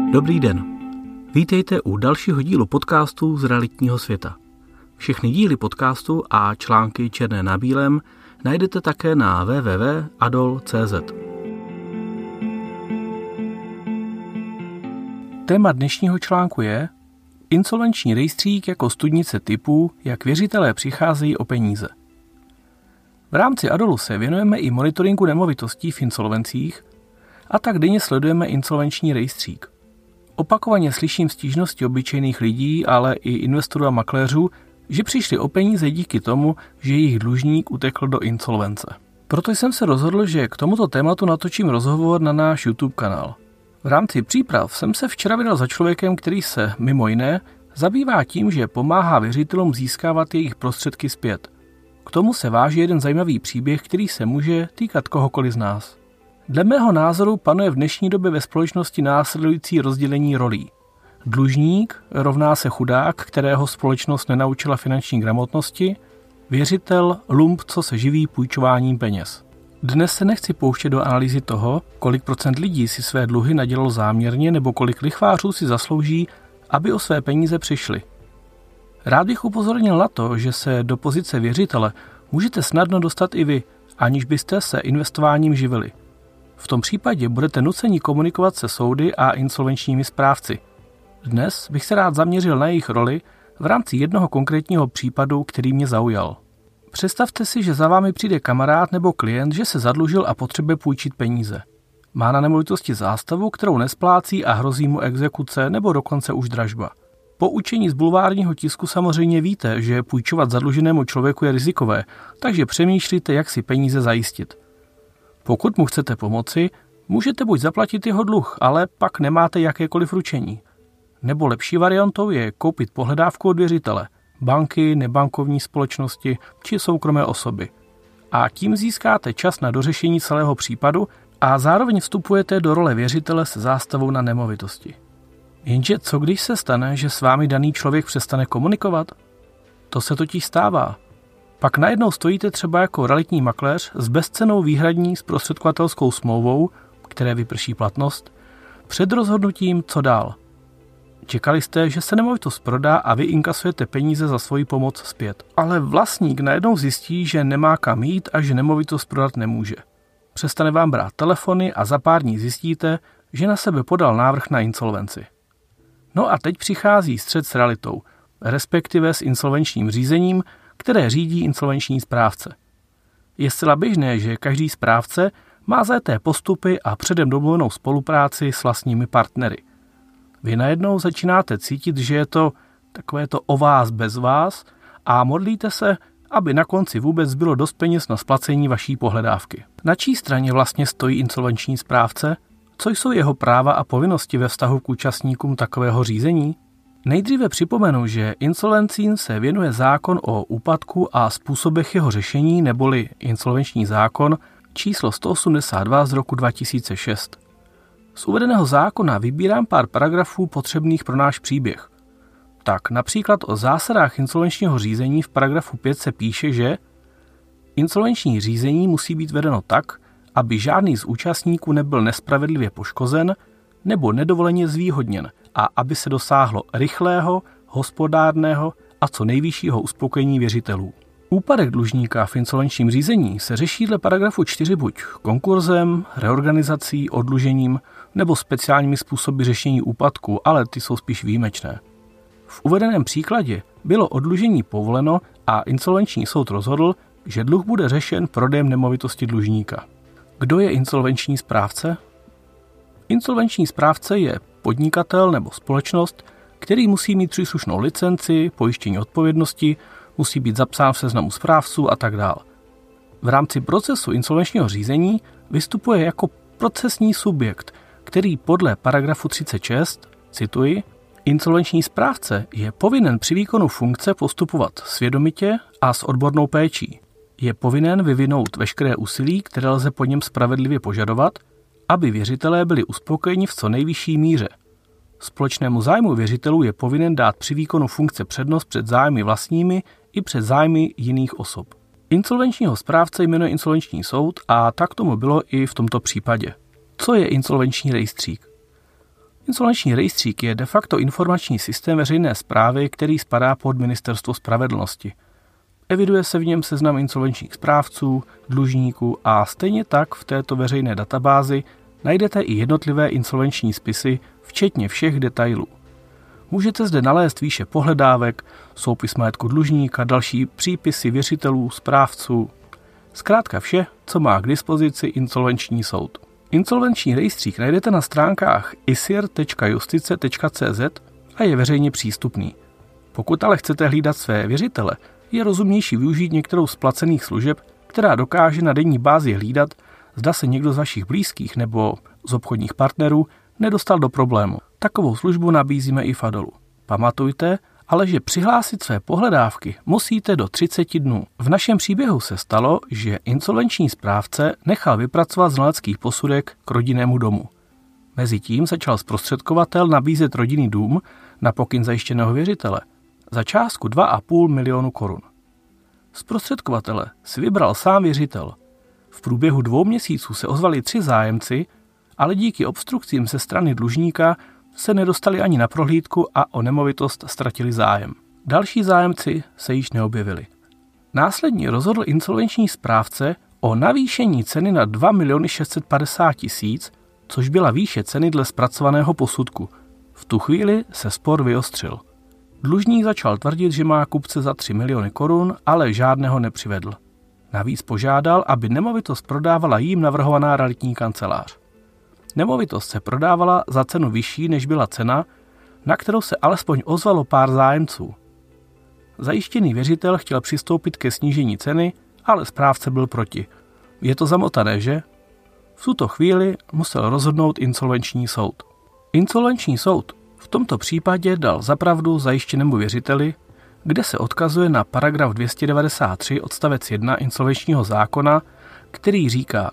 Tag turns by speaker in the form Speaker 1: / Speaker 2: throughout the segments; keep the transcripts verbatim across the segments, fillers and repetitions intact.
Speaker 1: Dobrý den. Vítejte u dalšího dílu podcastu z realitního světa. Všechny díly podcastu a články černé na bílém najdete také na w w w tečka adol tečka c z. Téma dnešního článku je insolvenční rejstřík jako studnice typů, jak věřitelé přicházejí o peníze. V rámci Adolu se věnujeme i monitoringu nemovitostí v insolvencích a tak denně sledujeme insolvenční rejstřík. Opakovaně slyším stížnosti obyčejných lidí, ale i investorů a makléřů, že přišli o peníze díky tomu, že jejich dlužník utekl do insolvence. Proto jsem se rozhodl, že k tomuto tématu natočím rozhovor na náš YouTube kanál. V rámci příprav jsem se včera vydal za člověkem, který se, mimo jiné, zabývá tím, že pomáhá věřitelům získávat jejich prostředky zpět. K tomu se váží jeden zajímavý příběh, který se může týkat kohokoliv z nás. Dle mého názoru panuje v dnešní době ve společnosti následující rozdělení rolí. Dlužník rovná se chudák, kterého společnost nenaučila finanční gramotnosti, věřitel lump, co se živí půjčováním peněz. Dnes se nechci pouštět do analýzy toho, kolik procent lidí si své dluhy nadělalo záměrně nebo kolik lichvářů si zaslouží, aby o své peníze přišli. Rád bych upozornil na to, že se do pozice věřitele můžete snadno dostat i vy, aniž byste se investováním živili. V tom případě budete nuceni komunikovat se soudy a insolvenčními správci. Dnes bych se rád zaměřil na jejich roli v rámci jednoho konkrétního případu, který mě zaujal. Představte si, že za vámi přijde kamarád nebo klient, že se zadlužil a potřebuje půjčit peníze. Má na nemovitosti zástavu, kterou nesplácí a hrozí mu exekuce nebo dokonce už dražba. Po učení z bulvárního tisku samozřejmě víte, že půjčovat zadluženému člověku je rizikové, takže přemýšlíte, jak si peníze zajistit. Pokud mu chcete pomoci, můžete buď zaplatit jeho dluh, ale pak nemáte jakékoliv ručení. Nebo lepší variantou je koupit pohledávku od věřitele, banky, nebankovní společnosti či soukromé osoby. A tím získáte čas na dořešení celého případu a zároveň vstupujete do role věřitele se zástavou na nemovitosti. Jenže co když se stane, že s vámi daný člověk přestane komunikovat? To se totiž stává. Pak najednou stojíte třeba jako realitní makléř s bezcennou výhradní zprostředkovatelskou smlouvou, které vyprší platnost, před rozhodnutím, co dál. Čekali jste, že se nemovitost prodá a vy inkasujete peníze za svoji pomoc zpět. Ale vlastník najednou zjistí, že nemá kam jít a že nemovitost prodat nemůže. Přestane vám brát telefony a za pár dní zjistíte, že na sebe podal návrh na insolvenci. No a teď přichází střet s realitou, respektive s insolvenčním řízením, které řídí insolvenční správce. Je zcela běžné, že každý správce má zajeté postupy a předem domluvenou spolupráci s vlastními partnery. Vy najednou začínáte cítit, že je to takové to o vás bez vás a modlíte se, aby na konci vůbec bylo dost peněz na splacení vaší pohledávky. Na čí straně vlastně stojí insolvenční správce? Co jsou jeho práva a povinnosti ve vztahu k účastníkům takového řízení? Nejdříve připomenu, že insolvencím se věnuje zákon o úpadku a způsobech jeho řešení neboli insolvenční zákon číslo sto osmdesát dva z roku dva tisíce šest. Z uvedeného zákona vybírám pár paragrafů potřebných pro náš příběh. Tak například o zásadách insolvenčního řízení v paragrafu pět se píše, že insolvenční řízení musí být vedeno tak, aby žádný z účastníků nebyl nespravedlivě poškozen nebo nedovoleně zvýhodněn a aby se dosáhlo rychlého, hospodárného a co nejvyššího uspokojení věřitelů. Úpadek dlužníka v insolvenčním řízení se řeší dle paragrafu čtyři buď konkurzem, reorganizací, oddlužením nebo speciálními způsoby řešení úpadku, ale ty jsou spíš výjimečné. V uvedeném příkladě bylo oddlužení povoleno a insolvenční soud rozhodl, že dluh bude řešen prodejem nemovitosti dlužníka. Kdo je insolvenční správce? Insolvenční správce je podnikatel nebo společnost, který musí mít příslušnou licenci, pojištění odpovědnosti, musí být zapsán v seznamu správců a tak dále. V rámci procesu insolvenčního řízení vystupuje jako procesní subjekt, který podle paragrafu třicet šest, cituji, insolvenční správce je povinen při výkonu funkce postupovat svědomitě a s odbornou péčí. Je povinen vyvinout veškeré úsilí, které lze po něm spravedlivě požadovat, aby věřitelé byli uspokojeni v co nejvyšší míře. Společnému zájmu věřitelů je povinen dát při výkonu funkce přednost před zájmy vlastními i před zájmy jiných osob. Insolvenčního správce jmenuje insolvenční soud a tak tomu bylo i v tomto případě. Co je insolvenční rejstřík? Insolvenční rejstřík je de facto informační systém veřejné správy, který spadá pod Ministerstvo spravedlnosti. Eviduje se v něm seznam insolvenčních správců, dlužníků a stejně tak v této veřejné databázi najdete i jednotlivé insolvenční spisy, včetně všech detailů. Můžete zde nalézt výše pohledávek, soupis majetku dlužníka, další přípisy věřitelů, správců, zkrátka vše, co má k dispozici insolvenční soud. Insolvenční rejstřík najdete na stránkách isir tečka justice tečka cz a je veřejně přístupný. Pokud ale chcete hlídat své věřitele, je rozumnější využít některou z placených služeb, která dokáže na denní bázi hlídat, zda se někdo z vašich blízkých nebo z obchodních partnerů nedostal do problému. Takovou službu nabízíme i v Adolu. Pamatujte, ale že přihlásit své pohledávky musíte do třiceti dnů. V našem příběhu se stalo, že insolvenční správce nechal vypracovat znalecký posudek k rodinnému domu. Mezitím začal zprostředkovatel nabízet rodinný dům na pokyn zajištěného věřitele za částku dva a půl milionu korun. Zprostředkovatele si vybral sám věřitel. V průběhu dvou měsíců se ozvali tři zájemci, ale díky obstrukcím ze strany dlužníka se nedostali ani na prohlídku a o nemovitost ztratili zájem. Další zájemci se již neobjevili. Následně rozhodl insolvenční správce o navýšení ceny na dva miliony šest set padesát tisíc, což byla výše ceny dle zpracovaného posudku. V tu chvíli se spor vyostřil. Dlužník začal tvrdit, že má kupce za tři miliony korun, ale žádného nepřivedl. Navíc požádal, aby nemovitost prodávala jím navrhovaná realitní kancelář. Nemovitost se prodávala za cenu vyšší, než byla cena, na kterou se alespoň ozvalo pár zájemců. Zajištěný věřitel chtěl přistoupit ke snížení ceny, ale správce byl proti. Je to zamotané, že? V tuto chvíli musel rozhodnout insolvenční soud. Insolvenční soud v tomto případě dal za pravdu zajištěnému věřiteli, kde se odkazuje na paragraf dvě stě devadesát tři odstavec jedna insolvenčního zákona, který říká: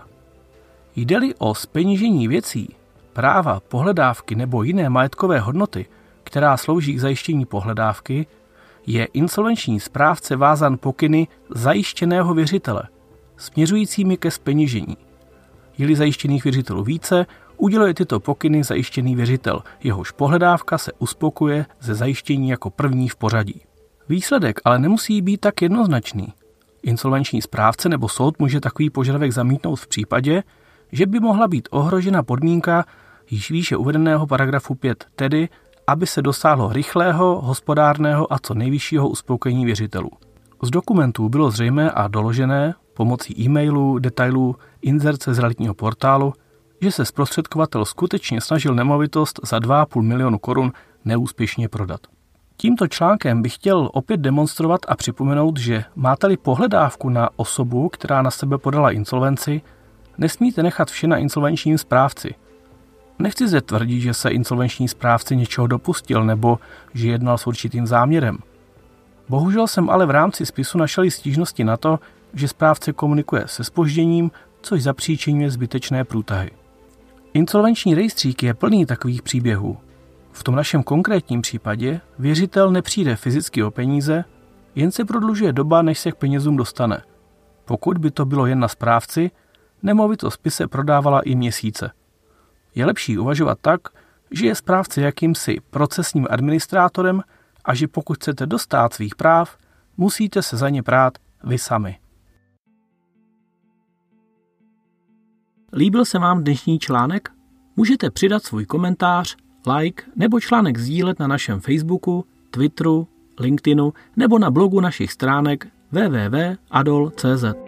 Speaker 1: jde-li o zpeněžení věcí, práva, pohledávky nebo jiné majetkové hodnoty, která slouží k zajištění pohledávky, je insolvenční správce vázan pokyny zajištěného věřitele, směřujícími ke zpeněžení. Je-li zajištěných věřitelů více, uděluje tyto pokyny zajištěný věřitel, jehož pohledávka se uspokuje ze zajištění jako první v pořadí. Výsledek ale nemusí být tak jednoznačný. Insolvenční správce nebo soud může takový požadavek zamítnout v případě, že by mohla být ohrožena podmínka již výše uvedeného paragrafu pět, tedy aby se dosáhlo rychlého, hospodárného a co nejvyššího uspokojení věřitelů. Z dokumentů bylo zřejmé a doložené pomocí e-mailů, detailů, inzerce z realitního portálu, že se zprostředkovatel skutečně snažil nemovitost za dva a půl milionu korun neúspěšně prodat. Tímto článkem bych chtěl opět demonstrovat a připomenout, že máte-li pohledávku na osobu, která na sebe podala insolvenci, nesmíte nechat vše na insolvenčním správci. Nechci zde tvrdit, že se insolvenční správce něčeho dopustil nebo že jednal s určitým záměrem. Bohužel jsem ale v rámci spisu našel stížnosti na to, že správce komunikuje se zpožděním, což zapříčiňuje zbytečné průtahy. Insolvenční rejstřík je plný takových příběhů. V tom našem konkrétním případě věřitel nepřijde fyzicky o peníze, jen se prodlužuje doba, než se k penězům dostane. Pokud by to bylo jen na správci, nemovitost by se prodávala i měsíce. Je lepší uvažovat tak, že je správce jakýmsi procesním administrátorem a že pokud chcete dostát svých práv, musíte se za ně prát vy sami. Líbil se vám dnešní článek? Můžete přidat svůj komentář, like nebo článek sdílet na našem Facebooku, Twitteru, LinkedInu nebo na blogu našich stránek w w w tečka adol tečka c z.